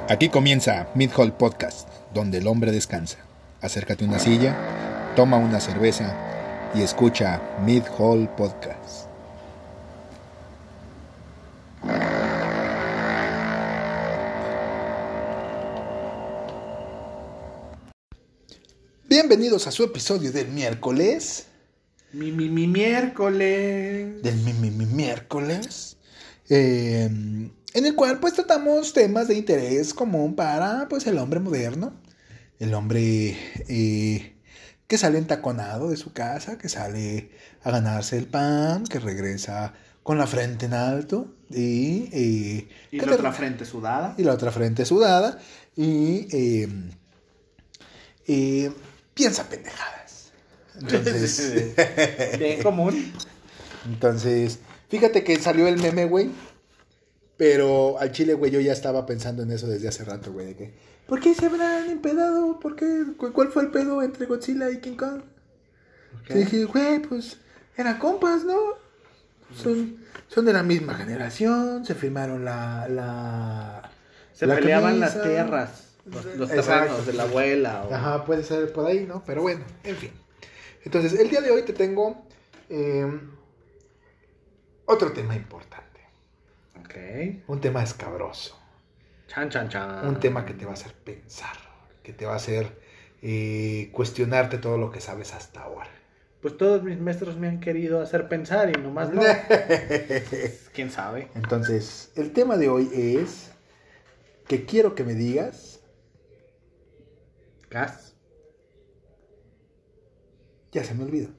Aquí comienza Mid-Hall Podcast, donde el hombre descansa. Acércate a una silla, toma una cerveza y escucha Mid-Hall Podcast. Bienvenidos a su episodio del miércoles. Miércoles. Del miércoles. En el cual pues tratamos temas de interés común para pues el hombre moderno. El hombre que sale entaconado de su casa, que sale a ganarse el pan, que regresa con la frente en alto Y la otra frente sudada. Y la otra frente sudada. Y piensa pendejadas. Entonces, bien común. Entonces, fíjate que salió el meme, güey. Pero al chile, güey, yo ya estaba pensando en eso desde hace rato, güey. De que, ¿por qué se habrán empedado? ¿Por qué? ¿Cuál fue el pedo entre Godzilla y King Kong? Okay. Dije, güey, pues eran compas, ¿no? Son de la misma generación. Se firmaron Se peleaban camisa, las tierras, los terrenos de la abuela. O... Ajá, puede ser por ahí, ¿no? Pero bueno, en fin. Entonces, el día de hoy te tengo otro tema importante. Okay. Un tema escabroso. Chan. Un tema que te va a hacer pensar, que te va a hacer cuestionarte todo lo que sabes hasta ahora. Pues todos mis maestros me han querido hacer pensar y nomás no. ¿Quién sabe? Entonces, el tema de hoy es que quiero que me digas... ¿Gas? Ya se me olvidó.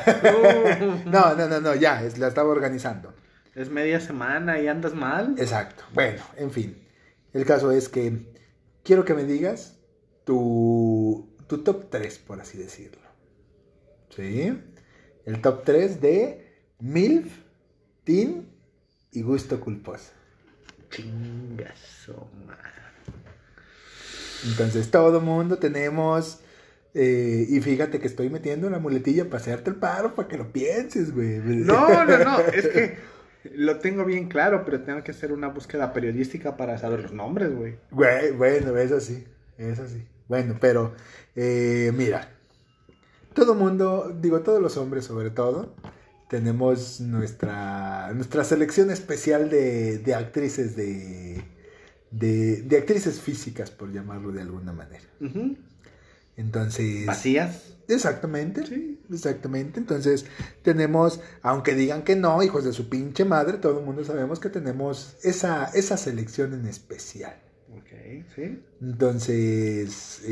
No, ya, la estaba organizando. Es media semana y andas mal. Exacto. Bueno, en fin. El caso es que quiero que me digas tu top 3, por así decirlo. ¿Sí? El top 3 de MILF, Teen y gusto culposo. Chingazo, man. Entonces, todo mundo tenemos... y fíjate que estoy metiendo la muletilla para hacerte el paro, para que lo pienses, güey. No. Es que... Lo tengo bien claro, pero tengo que hacer una búsqueda periodística para saber los nombres, güey. Bueno, eso sí. Bueno, pero mira, todo mundo, todos los hombres sobre todo, tenemos nuestra selección especial de actrices de actrices físicas, por llamarlo de alguna manera. Uh-huh. Entonces... ¿Vacías? Exactamente. Sí. Exactamente. Entonces tenemos, aunque digan que no, hijos de su pinche madre, todo el mundo sabemos que tenemos esa selección en especial. Ok, sí. Entonces,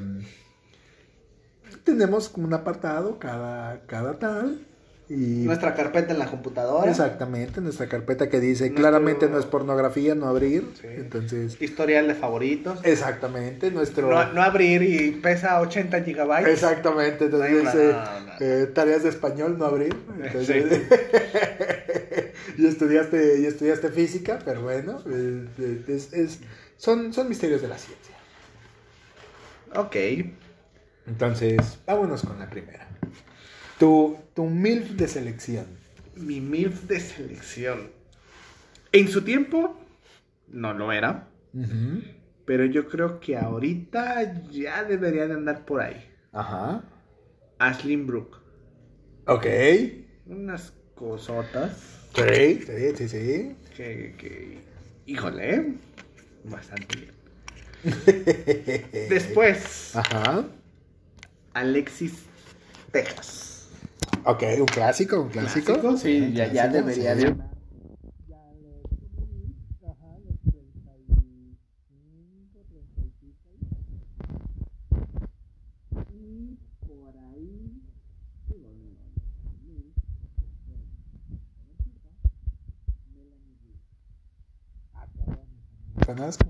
tenemos como un apartado cada tal. Y nuestra carpeta en la computadora. Exactamente, nuestra carpeta que dice claramente no es pornografía, no abrir. Sí. Entonces, historial de favoritos. Exactamente, nuestro... No abrir y pesa 80 gigabytes. Exactamente, entonces tareas de español, no abrir. Entonces, sí. y estudiaste física, pero bueno, son misterios de la ciencia. Ok. Entonces, vámonos con la primera. Tu MILF de selección. Mi MILF de selección. En su tiempo, no lo era. Uh-huh. Pero yo creo que ahorita ya debería de andar por ahí. Ajá. Aislinn Brooke. Ok. Unas cosotas. Sí. Que híjole, bastante bien. Después. Ajá. Alexis Texas. Ok, un clásico. Sí, ya debería de. ¿Conozco?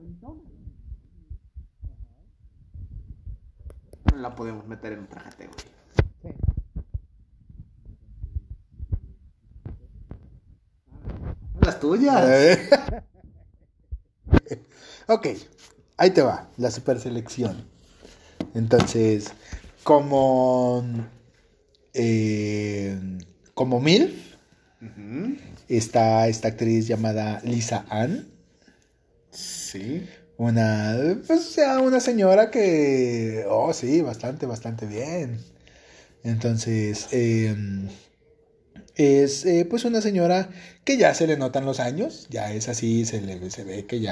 La podemos meter en otra categoría. Las tuyas. Ok, ahí te va, la super selección. Entonces, como como MILF, está esta actriz llamada Lisa Ann. Sí. Una señora que, oh sí, bastante bien. Entonces, es pues una señora que ya se le notan los años, ya es así, se ve que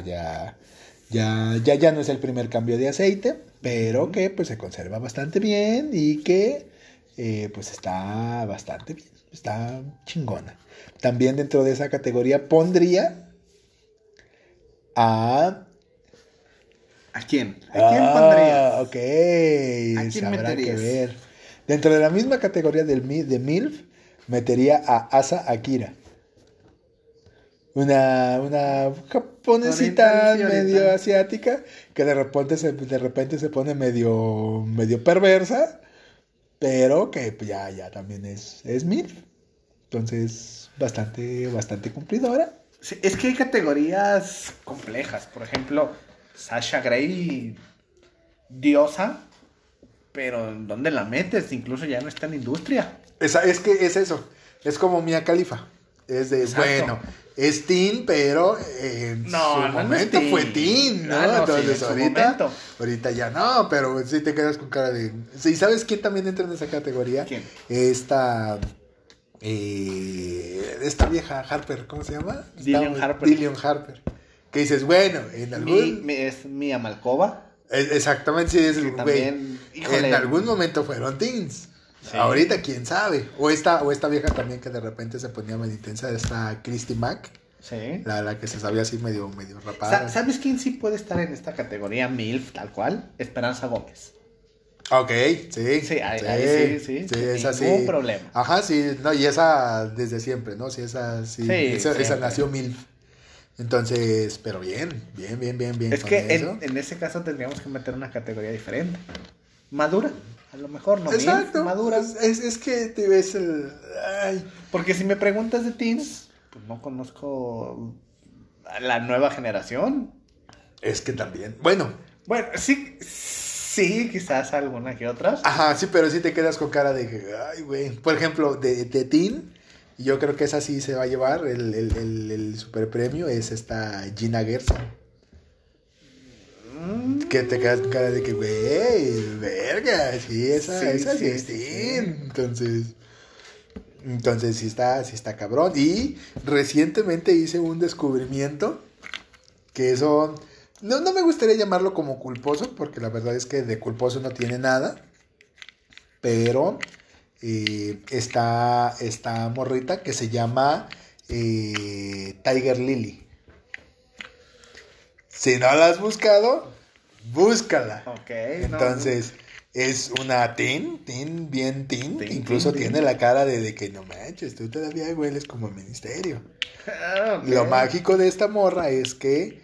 ya no es el primer cambio de aceite, pero que pues se conserva bastante bien y que pues está bastante bien, está chingona. También dentro de esa categoría pondría a... ¿A quién? ¿A quién pondrías? Ok, ¿A quién habrá que meterías? ver. Dentro de la misma categoría de MILF, metería a Asa Akira. Una japonesita Oriental, sí, medio oriental. asiática que de repente se pone medio perversa, pero que pues, ya también es MILF. Entonces, bastante cumplidora. Sí, es que hay categorías complejas. Por ejemplo, Sasha Grey, diosa, pero ¿en dónde la metes? Incluso ya no está en industria. Es que es eso. Es como Mia Khalifa. Es de, Exacto. bueno, es teen, pero en No, su no momento es teen. fue teen, ¿no? Ah, no, sí, Entonces en su momento. ahorita ya no, pero sí te quedas con cara de... ¿Sí sabes quién también entra en esa categoría? ¿Quién? Esta vieja Harper, ¿cómo se llama? Dillion Harper. Dillion Harper. Que dices, bueno, en algún... Es Mia Malkova. Exactamente, sí, es el güey. También, híjole. En algún momento fueron teens. Sí. Ahorita, quién sabe. O esta vieja también que de repente se ponía medio intensa, esta Christy Mack. Sí. La que se sabía así medio rapada. ¿Sabes quién sí puede estar en esta categoría MILF, tal cual? Esperanza Gómez. Ok, sí. Sí, ahí sí. esa sí. Ningún problema. Ajá, sí, no, y esa desde siempre, ¿no? Sí, esa sí. Sí, esa siempre. nació MILF. Entonces, pero bien. Es con que eso. en ese caso tendríamos que meter una categoría diferente. Madura, a lo mejor, no Exacto. MILF, madura. Es que te ves el... Ay. Porque si me preguntas de teens, pues no conozco a la nueva generación. Es que también. Bueno, sí, quizás alguna que otra. ajá, sí, pero sí te quedas con cara de que, ay, güey. Por ejemplo, de Teen, yo creo que esa sí se va a llevar el super premio, es esta Gina Gerson. Que te quedas con cara de que, güey, verga, sí, esa sí es Teen. Entonces sí está cabrón. Y recientemente hice un descubrimiento que eso... No me gustaría llamarlo como culposo, porque la verdad es que de culposo no tiene nada. Pero esta morrita que se llama Tiger Lily. Si no la has buscado, búscala. Ok. Entonces, es una teen, bien teen. Teen, Incluso teen, tiene teen. la cara de que no manches, tú todavía hueles como el ministerio. Okay. Lo mágico de esta morra es que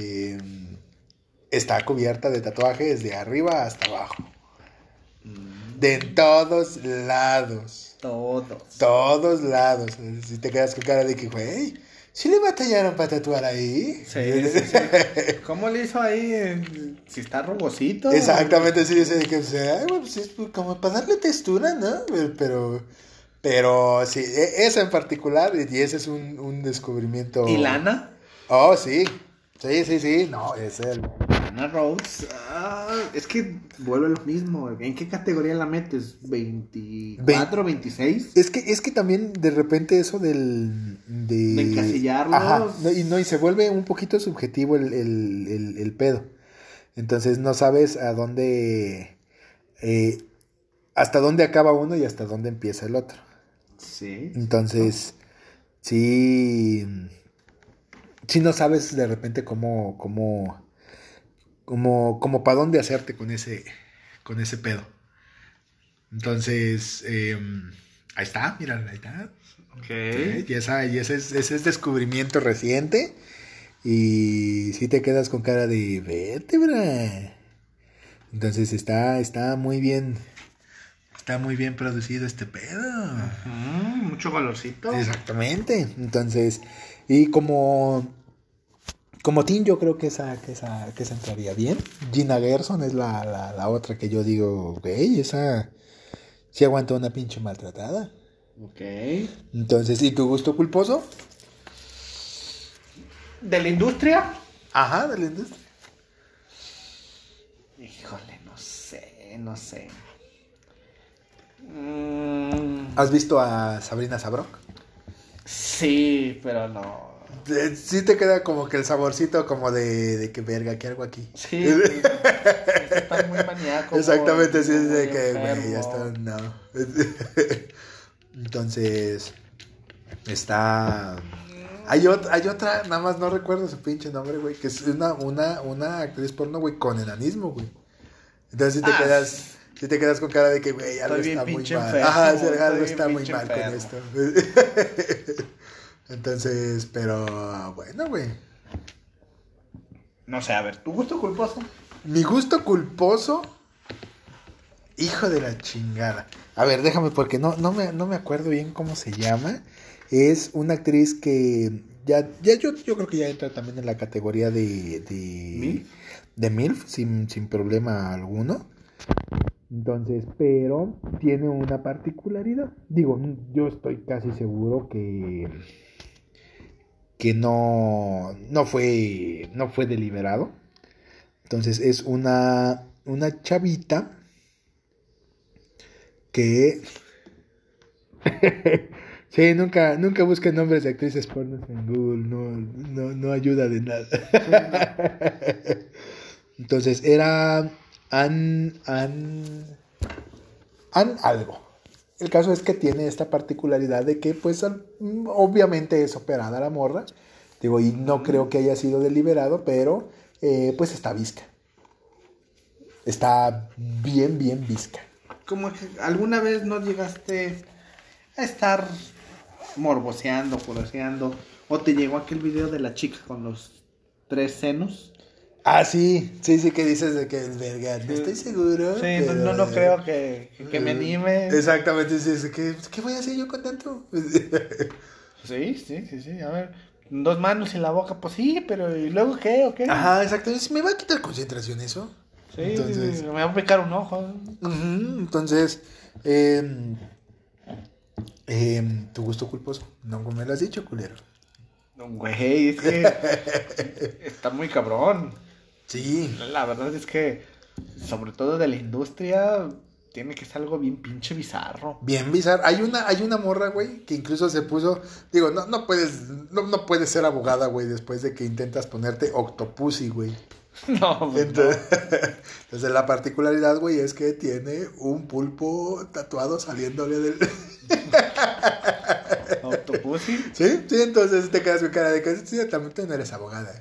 está cubierta de tatuajes de arriba hasta abajo. De todos lados. Todos lados. Si te quedas con cara de que, güey, ¿sí le batallaron para tatuar ahí? Sí. ¿Cómo le hizo ahí? Si está rugosito. Exactamente, sí, dice que, o sea, pues es como para darle textura, ¿no? Pero sí, esa en particular, y ese es un descubrimiento. ¿Y Lana? Oh, sí. Sí, no, es el... Lana Rhodes. Es que vuelve a lo mismo. ¿En qué categoría la metes? ¿24, 26? Es que también de repente eso de encasillarlos. Ajá, y se vuelve un poquito subjetivo el pedo. Entonces no sabes a dónde... hasta dónde acaba uno y hasta dónde empieza el otro. Sí. Entonces, sí no sabes de repente cómo para dónde hacerte con ese pedo. Entonces, ahí está, mira, ahí está. Ok. Y ese es descubrimiento reciente. Y sí te quedas con cara de vértebra. Entonces está muy bien. Está muy bien producido este pedo. Mucho colorcito. Exactamente. Entonces, y como teen, yo creo que esa entraría bien. Gina Gerson es la otra que yo digo, güey, esa sí aguanta una pinche maltratada. Ok. Entonces, ¿y tu gusto culposo? ¿De la industria? Ajá, de la industria. Híjole, no sé. ¿Has visto a Sabrina Sabrok? Sí, pero no. Sí te queda como que el saborcito como de que verga, que algo aquí. Sí, está muy maníaco. Exactamente, sí, es de muy que, enfermo. güey, ya está, no. Entonces, está... Hay otra, nada más no recuerdo su pinche nombre, güey, que es una actriz porno, güey, con enanismo, güey. Entonces si te quedas con cara de que, güey, algo Estoy está bien muy pinche mal. enfermo, Ajá, estoy algo bien está muy pinche mal con enfermo. esto. Entonces, pero bueno, güey. No sé, a ver, ¿tu gusto culposo? Mi gusto culposo, hijo de la chingada. A ver, déjame porque no me acuerdo bien cómo se llama. Es una actriz que ya yo creo que ya entra también en la categoría ¿Milf? de MILF sin problema alguno. Entonces, pero tiene una particularidad. Digo, yo estoy casi seguro que no fue deliberado. Entonces es una chavita que sí, nunca busquen nombres de actrices pornos en Google, no ayuda de nada. Sí, no. Entonces era Ann algo. El caso es que tiene esta particularidad de que pues obviamente es operada la morra. Digo, y no creo que haya sido deliberado, pero pues está visca. Está bien visca. Como que alguna vez no llegaste a estar morboseando, curioseando, o te llegó aquel video de la chica con los 3 senos. Ah, sí, que dices de que es verga, no estoy seguro. Sí, pero, no creo que me anime. Exactamente, sí, ¿qué voy a hacer yo con tanto? Sí, a ver, 2 manos en la boca, pues sí, pero ¿y luego qué o qué? Ajá, exactamente, ¿me va a quitar concentración eso? Sí, Entonces, me va a picar un ojo. entonces, tu gusto culposo, no me lo has dicho, culero. Güey, es que está muy cabrón. Sí. La verdad es que, sobre todo de la industria, tiene que ser algo bien pinche bizarro. Bien bizarro. Hay una morra, güey, que incluso se puso, digo, no puedes ser abogada, güey, después de que intentas ponerte Octopussy, güey. No, pues Entonces la particularidad, güey, es que tiene un pulpo tatuado saliéndole del... no. Octopussy. ¿Sí? Sí, entonces te quedas con cara de que sí, también tú no eres abogada.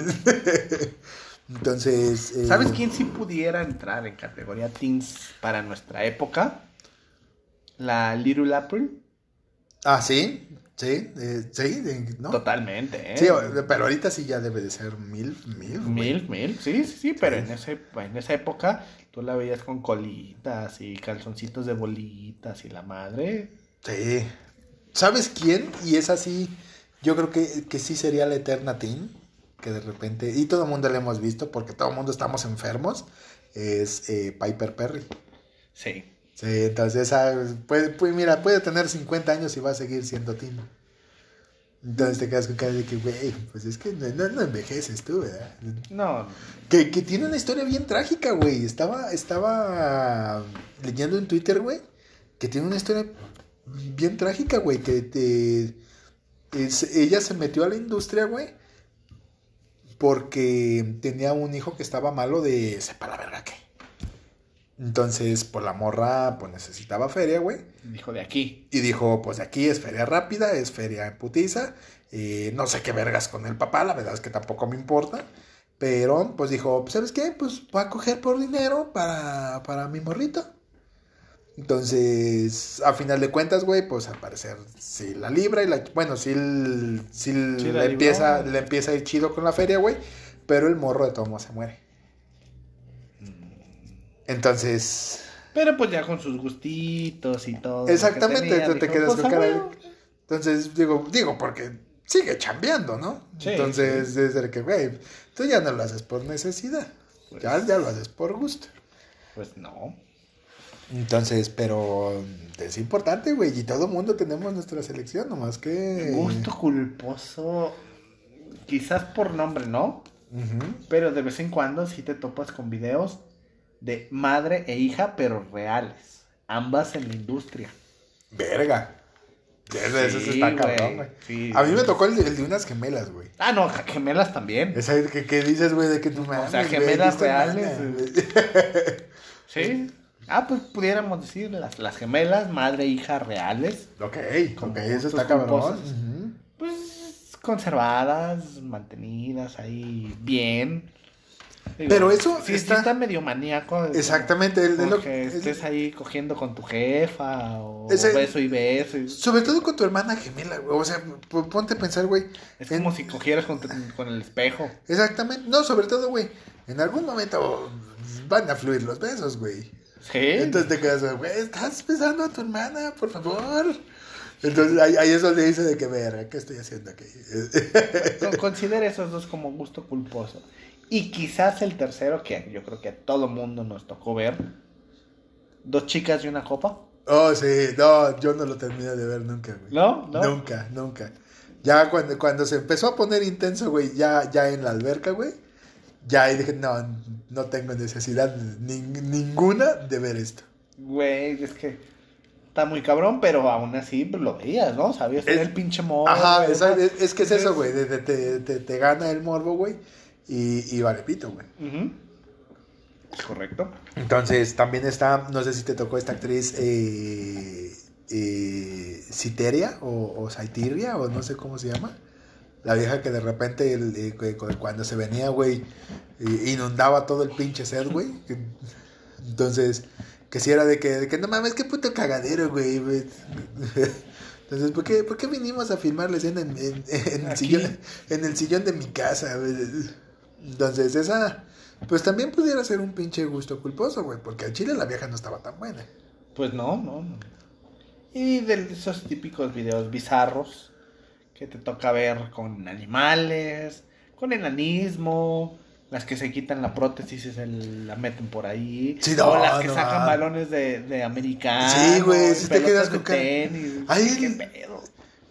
Entonces... ¿Sabes quién sí pudiera entrar en categoría teens para nuestra época? La Little April. Ah, sí, ¿no? Totalmente, ¿eh? Sí, pero ahorita sí ya debe de ser mil. Mil, sí, pero en esa época tú la veías con colitas y calzoncitos de bolitas y la madre. Sí. ¿Sabes quién? Y es así, yo creo que sí sería la eterna teen, que de repente, y todo el mundo la hemos visto porque todo el mundo estamos enfermos, es Piper Perry. Sí. Sí, entonces esa, mira, puede tener 50 años y va a seguir siendo teen. Entonces te quedas con cara de que, güey, pues es que no envejeces tú, ¿verdad? No. Que tiene una historia bien trágica, güey. Estaba leyendo en Twitter, güey, que tiene una historia bien trágica, güey. Ella se metió a la industria, güey, porque tenía un hijo que estaba malo de sepa la verga qué. Entonces, pues la morra, pues necesitaba feria, güey. Dijo de aquí. Y dijo, pues de aquí es feria rápida, es feria en putiza. No sé qué vergas con el papá, la verdad es que tampoco me importa. Pero, pues dijo, ¿sabes qué? Pues voy a coger por dinero para mi morrito. Entonces, a final de cuentas, güey, pues al parecer sí la libra y la... Bueno, sí la le empieza a ir chido con la feria, güey. Pero el morro de todo modo se muere. Entonces... Pero pues ya con sus gustitos y todo. Exactamente, tenía, te dijo, quedas pues, con cara... bueno. Entonces, digo, porque sigue chambeando, ¿no? Sí, Entonces, desde que, güey, tú ya no lo haces por necesidad. Pues- Ya lo haces por gusto. Pues no. Entonces, pero es importante, güey, y todo mundo tenemos nuestra selección, nomás que... Gusto culposo. Quizás por nombre, ¿no? Ujú. Pero de vez en cuando sí te topas con videos de madre e hija, pero reales. Ambas en la industria. Verga. Eso Sí, está güey, cabrón, güey. sí. A mí me tocó el de unas gemelas, güey. Ah, no, gemelas también. Esa que dices, güey, de que tú mames, O sea, güey, gemelas ¿viste, reales, mana, güey. güey? Sí. Ah, pues pudiéramos decir las gemelas, madre e hija reales. Ok, Con eso gustos está cabrón. culposos. Ujú. Pues conservadas, mantenidas ahí bien. Digo, Pero eso sí, está- sí está medio maníaco. Exactamente, Como lo que estés ahí cogiendo con tu jefa o Ese- beso y beso. Sobre todo con tu hermana gemela, güey. O sea, ponte a pensar, güey. Es como si cogieras con el espejo. Exactamente. No, sobre todo, güey. En algún momento van a fluir los besos, güey. Sí. Entonces te quedas, güey, estás besando a tu hermana, por favor. Entonces ahí es donde dice de que, verga, ¿qué estoy haciendo aquí? Considera esos dos como gusto culposo. Y quizás el tercero, que yo creo que a todo mundo nos tocó ver. Dos chicas y una copa. Oh, sí, no, yo no lo terminé de ver nunca, güey. ¿No? Nunca. Ya cuando se empezó a poner intenso, güey, ya en la alberca, güey, ya ahí dije, no tengo necesidad ninguna de ver esto. Güey, es que está muy cabrón, pero aún así pues, lo veías, ¿no? Sabías era el pinche morbo. Ajá, ¿verdad? es que es eso, güey, te gana el morbo, güey, y vale pito, güey. Ujú. Correcto. Entonces, también está, no sé si te tocó esta actriz, Citeria o Saitiria, o no sé cómo se llama. La vieja que de repente, cuando se venía, güey, inundaba todo el pinche set, güey. Entonces, que si era de que no mames, qué puto cagadero, güey. Entonces, ¿por qué vinimos a filmar la escena en el sillón de mi casa, güey? Entonces, esa, pues también pudiera ser un pinche gusto culposo, güey, porque al chile la vieja no estaba tan buena. Pues no. Y de esos típicos videos bizarros que te toca ver con animales, con enanismo, las que se quitan la prótesis y se la meten por ahí, Sí, o las que sacan balones de americano, Sí, güey, si te pelotas quedas de con cara. tenis. Ay, ¿Qué pedo?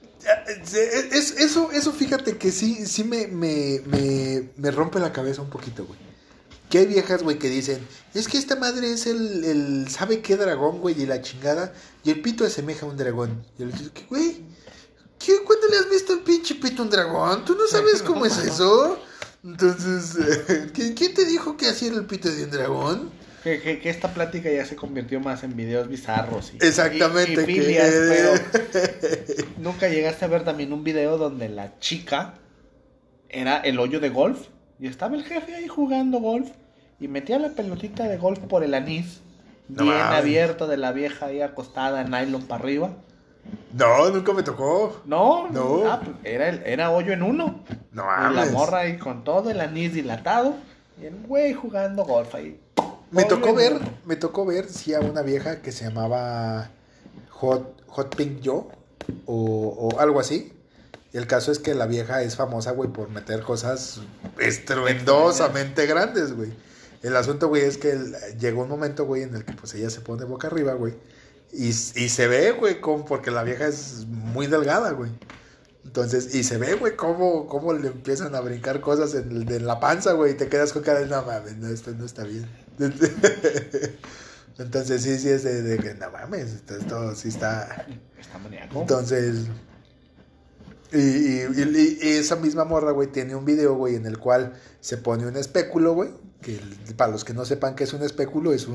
Eso fíjate que sí me rompe la cabeza un poquito, güey. Que hay viejas, güey, que dicen, es que esta madre es el ¿sabe qué dragón, güey? Y la chingada, y el pito asemeja a un dragón. Y yo les digo, güey, ¿cuándo le has visto el pinche pito a un dragón? ¿Tú no sabes cómo es eso? Entonces, ¿quién te dijo que así era el pito de un dragón? Que esta plática ya se convirtió más en videos bizarros. Exactamente. Y filias, pero nunca llegaste a ver también un video donde la chica era el hoyo de golf y estaba el jefe ahí jugando golf y metía la pelotita de golf por el anís, No bien mames. abierto de la vieja ahí acostada, nylon para arriba. No, nunca me tocó. No. No. Era hoyo en uno. No Y la mames. morra ahí con todo el anís dilatado y el güey jugando golf ahí. Me Hoyo en tocó uno. ver sí a una vieja que se llamaba Hot Pink Joe o algo así. Y el caso es que la vieja es famosa, güey, por meter cosas estruendosamente grandes, güey. El asunto, güey, es que llegó un momento, güey, en el que pues ella se pone boca arriba, güey. Y se ve, güey, porque la vieja es muy delgada, güey. Entonces, y se ve, güey, cómo le empiezan a brincar cosas en la panza, güey. Y te quedas con cara de, no mames, no, esto no está bien. Entonces, sí es de que, no mames, esto sí está... Está maníaco. Entonces... Y esa misma morra, güey, tiene un video, güey, en el cual se pone un espéculo, güey. Que para los que no sepan qué es un espéculo, es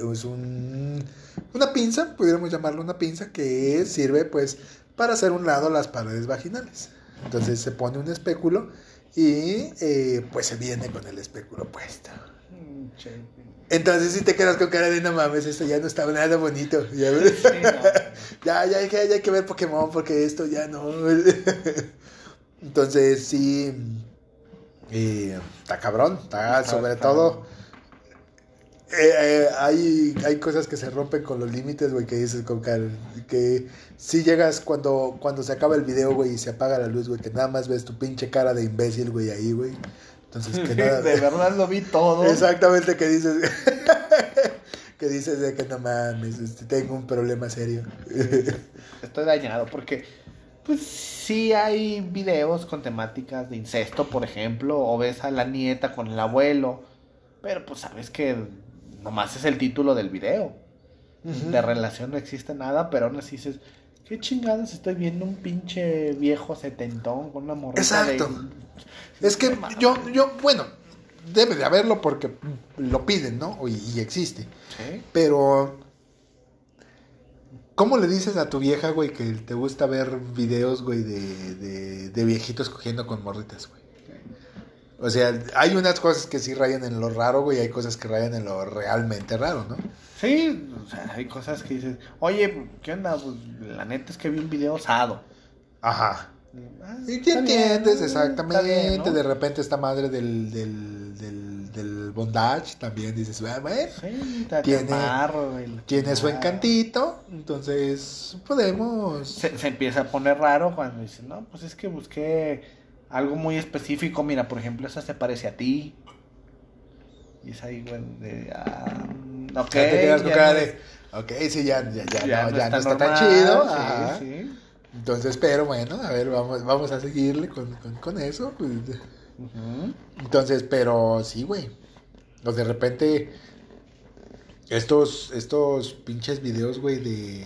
una pinza, pudiéramos llamarlo una pinza, que sirve, pues, para hacer un lado las paredes vaginales. Entonces se pone un espéculo y, pues, se viene con el espéculo puesto. Entonces si te quedas con cara de no mames, esto ya no está nada bonito. ¿Ya ves? Sí, no. Ya hay que ver Pokémon porque esto ya no. Entonces sí, está cabrón, está sobre todo. Hay cosas que se rompen con los límites, güey, que dices con que si llegas cuando se acaba el video, güey, y se apaga la luz, güey, que nada más ves tu pinche cara de imbécil, güey, ahí, güey. Entonces que nada. De verdad lo vi todo. Exactamente, que dices que dices de que no mames, tengo un problema serio. Estoy dañado porque pues sí hay videos con temáticas de incesto, por ejemplo, o ves a la nieta con el abuelo, pero pues sabes que nomás es el título del video. Ujú. De relación no existe nada, pero aún así dices, qué chingados estoy viendo un pinche viejo setentón con una morrita. Exacto. Es que bueno, debe de haberlo porque lo piden, ¿no? Y existe. Sí. Pero, ¿cómo le dices a tu vieja, güey, que te gusta ver videos, güey, de viejitos cogiendo con morritas, güey? O sea, hay unas cosas que sí rayan en lo raro, güey, y hay cosas que rayan en lo realmente raro, ¿no? Sí, o sea, hay cosas que dices, oye, ¿qué onda? Pues la neta es que vi un video osado. Ajá. Ah, Y te está entiendes, bien, exactamente. está bien, ¿no? De repente esta madre del bondage también dices, bueno, Sí, tiene- amarro, güey, la tiene su chingada. encantito, entonces podemos... Se empieza a poner raro cuando dices, no, pues es que busqué algo muy específico. Mira, por ejemplo, esa se parece a ti. Y es ahí, güey, ok. Ya te quedas con ya cara no de, es- ok, sí, ya no está normal, tan chido. Ajá. Sí, sí. Entonces, pero bueno, a ver, vamos a seguirle con eso. Pues. Ujú. Entonces, pero sí, güey. O de repente, estos pinches videos, güey,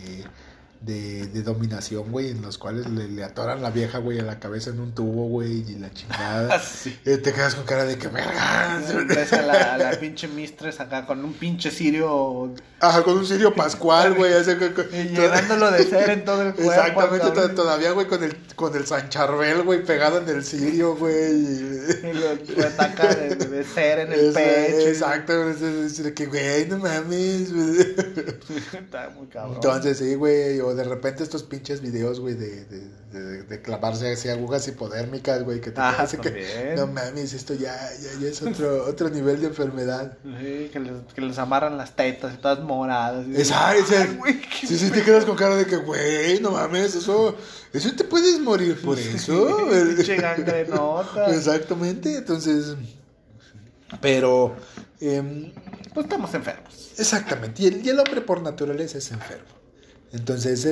de dominación, güey, en los cuales le atoran la vieja, güey, a la cabeza en un tubo, güey, y la chingada. Sí. Te quedas con cara de que verga. Ves a la pinche mistress acá con un pinche cirio Ajá, con un cirio pascual, güey. y llenándolo de cera en todo el cuerpo. Exactamente, cabrón. todavía, güey, con el San Charbel, güey, pegado en el cirio, güey. Y lo ataca de cera en el pecho. Exacto, es de que, güey, no mames. Güey. Está muy cabrón. Entonces, sí, güey, o de repente estos pinches videos, güey, de clavarse así agujas hipodérmicas, güey, que te parece que, también. no mames, esto ya es otro nivel de enfermedad. Sí, que les amarran las tetas y todas moradas. Y Exacto, ay, güey, qué sí, te quedas con cara de que, güey, no mames, eso te puedes morir por eso. pinche gangrenota. Exactamente, entonces, pero, Pues estamos enfermos. exactamente, y el hombre por naturaleza es enfermo. Entonces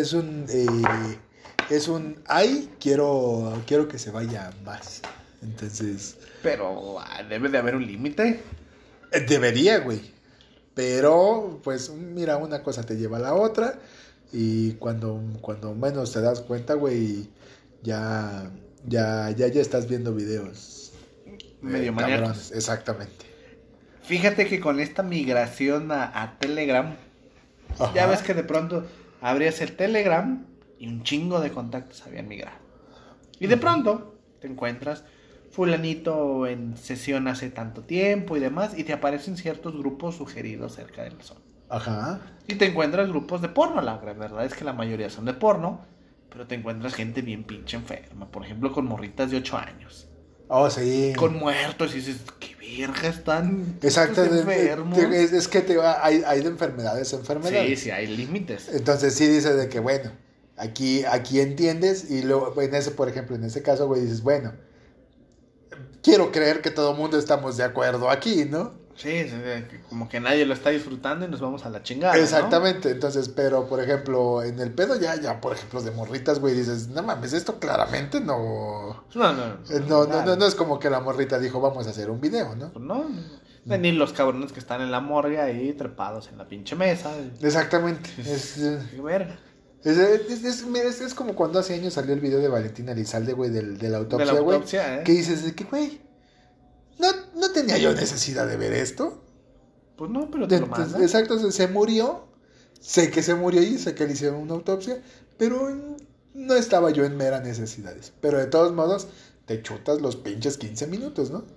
ay, quiero que se vaya más. Entonces, Pero debe de haber un límite. debería, güey. Pero, pues, mira, una cosa te lleva a la otra. Y cuando menos te das cuenta, güey, ya estás viendo videos. Medio cabrones. maníacos. Exactamente. Fíjate que con esta migración a Telegram, Ajá. ya ves que de pronto abrías el Telegram y un chingo de contactos habían migrado. Y de pronto te encuentras fulanito en sesión hace tanto tiempo y demás, y te aparecen ciertos grupos sugeridos cerca de la zona. Ajá. Y te encuentras grupos de porno, la verdad es que la mayoría son de porno, pero te encuentras gente bien pinche enferma, por ejemplo con morritas de 8 años. Oh, sí. Con muertos y dices, qué verga están Exacto. estos enfermos. Es que hay de enfermedades a enfermedades. Sí, hay límites. Entonces sí dices de que, bueno, aquí entiendes y luego, por ejemplo, en ese caso, güey, dices, bueno, quiero creer que todo el mundo estamos de acuerdo aquí, ¿no? Sí, como que nadie lo está disfrutando y nos vamos a la chingada, ¿no? Exactamente, entonces, pero, por ejemplo, en el pedo por ejemplo, de morritas, güey, dices, no mames, esto claramente no... No es como que la morrita dijo, vamos a hacer un video, ¿no? Pues no, ni los cabrones que están en la morgue ahí trepados en la pinche mesa. Exactamente. Qué verga. Es como cuando hace años salió el video de Valentina Elizalde, güey, de la autopsia, güey. autopsia, ¿eh? Que dices de que, güey, no tenía yo necesidad de ver esto. Pues no, pero te lo mandan. Exacto, se murió. Sé que se murió y sé que le hicieron una autopsia, pero no estaba yo en mera necesidades. Pero de todos modos, te chutas los pinches 15 minutos, ¿no?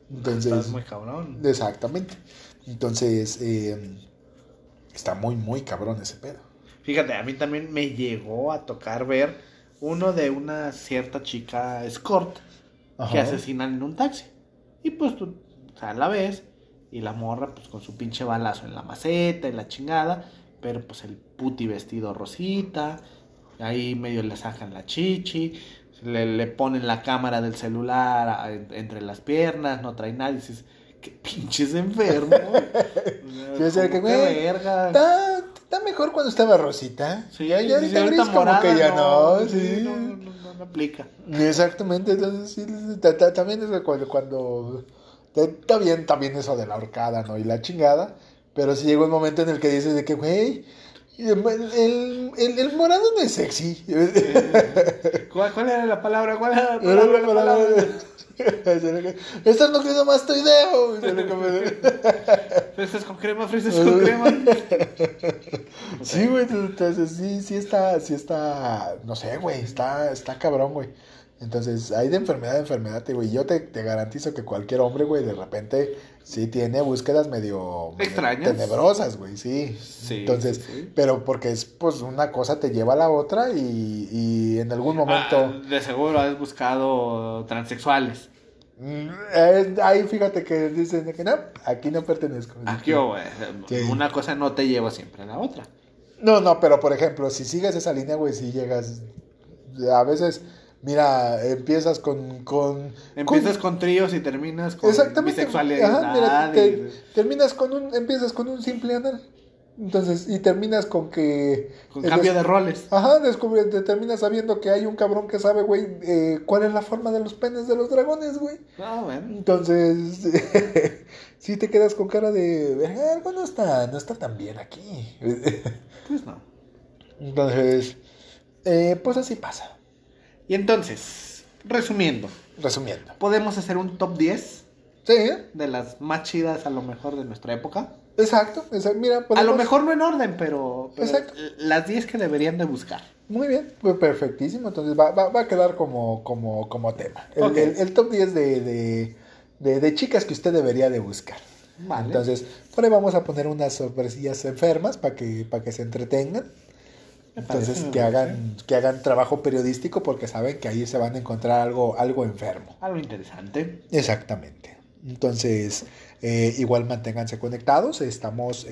Entonces, Estás muy cabrón. exactamente. Entonces, está muy, muy cabrón ese pedo. Fíjate, a mí también me llegó a tocar ver uno de una cierta chica escort que Ajá. asesinan en un taxi. Y pues tú, o sea, la ves y la morra pues con su pinche balazo en la maceta y la chingada, pero pues el puti vestido rosita, ahí medio le sacan la chichi, le ponen la cámara del celular entre las piernas, no trae nadie, dices, qué pinches enfermo. Sí, o sea, que, ¿Cómo güey, verga? está mejor cuando estaba rosita. Sí, ya sí, ahorita ahorita gris como morada, que ya no, sí, sí. no aplica. Exactamente, entonces sí, también es cuando está bien también eso de la horcada, ¿no? Y la chingada, pero sí llega un momento en el que dices de que, güey, el morado no es sexy. ¿Cuál era la palabra? ¿Cuál era la Era palabra? la palabra. Estás nutriendo mastoideo. Fresas con crema, fresas con crema. Sí, güey, entonces sí está, no sé, güey, está cabrón, güey. Entonces, hay de enfermedad a enfermedad, güey. Yo te garantizo que cualquier hombre, güey, de repente sí tiene búsquedas medio ¿Extrañas? tenebrosas, güey, sí. Sí, Entonces, sí. pero porque es, pues, una cosa te lleva a la otra y en algún momento... De seguro has buscado transexuales. Ahí fíjate que dicen de que no, aquí no pertenezco. Aquí, güey. Sí. Una cosa no te lleva siempre a la otra. No, pero por ejemplo, si sigues esa línea, güey, si llegas, a veces, mira, empiezas Empiezas con tríos y terminas con exactamente, bisexualidad. ajá, mira, y- empiezas con un simple anal, entonces, y terminas con que... Con cambio de roles. Ajá, terminas sabiendo que hay un cabrón que sabe, güey, cuál es la forma de los penes de los dragones, güey. Ah, bueno. Entonces, sí te quedas con cara de, algo no está tan bien aquí. Pues no. Entonces, pues así pasa. Y entonces, resumiendo, Resumiendo. podemos hacer un top 10 Sí, de las más chidas a lo mejor de nuestra época. exacto. Mira, A lo podemos- mejor no en orden, pero Exacto. las 10 que deberían de buscar. Muy bien, pues perfectísimo. Entonces va a quedar como tema. Ok. El top 10 de chicas que usted debería de buscar. Vale. Entonces, por ahí vamos a poner unas sorpresillas enfermas para que se entretengan. Me parece, Entonces, me que hagan trabajo periodístico porque saben que ahí se van a encontrar algo enfermo. Algo interesante. Exactamente. Entonces, igual manténganse conectados. Estamos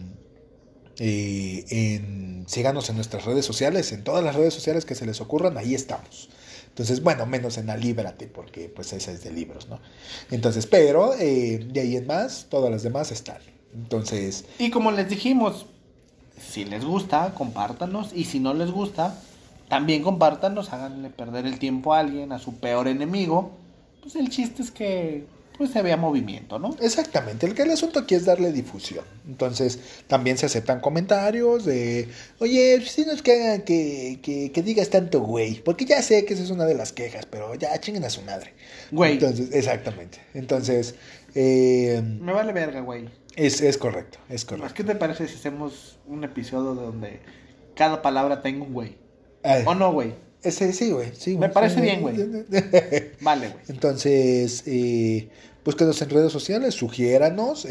síganos en nuestras redes sociales, en todas las redes sociales que se les ocurran, ahí estamos. Entonces, bueno, menos en Alíbrate, porque pues esa es de libros, ¿no? Entonces, pero de ahí en más, todas las demás están. Entonces, Y como les dijimos, si les gusta, compártanos. Y si no les gusta, también compártanos. Háganle perder el tiempo a alguien, a su peor enemigo. Pues el chiste es que pues se vea movimiento, ¿no? exactamente, el asunto aquí es darle difusión. Entonces, también se aceptan comentarios de, oye, si nos cagan que digas tanto güey, porque ya sé que esa es una de las quejas, pero ya chinguen a su madre. Güey. Entonces, exactamente. Entonces, Me vale verga, güey. es correcto, es Más, correcto. ¿qué te parece si hacemos un episodio donde cada palabra tenga un güey? Ay, ¿O no, güey? sí, güey. Sí, Me güey, parece sí, bien, güey. Vale, güey. Entonces, búsquenos en redes sociales, sugiéranos,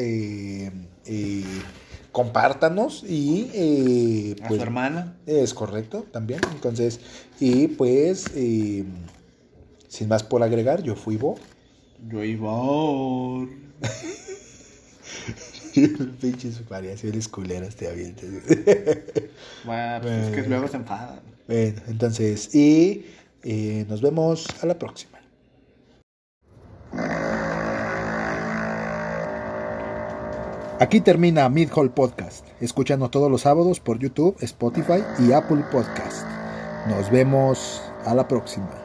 compártanos y A su hermana. es correcto también. Entonces, y pues, sin más por agregar, yo fui Bo. Yo iba. Pinches variaciones culeras te avientas. Bueno, pues es que luego se enfadan. Bueno, entonces, y nos vemos a la próxima. Aquí termina Mid-Hall Podcast. Escúchanos todos los sábados por YouTube, Spotify y Apple Podcast. Nos vemos a la próxima.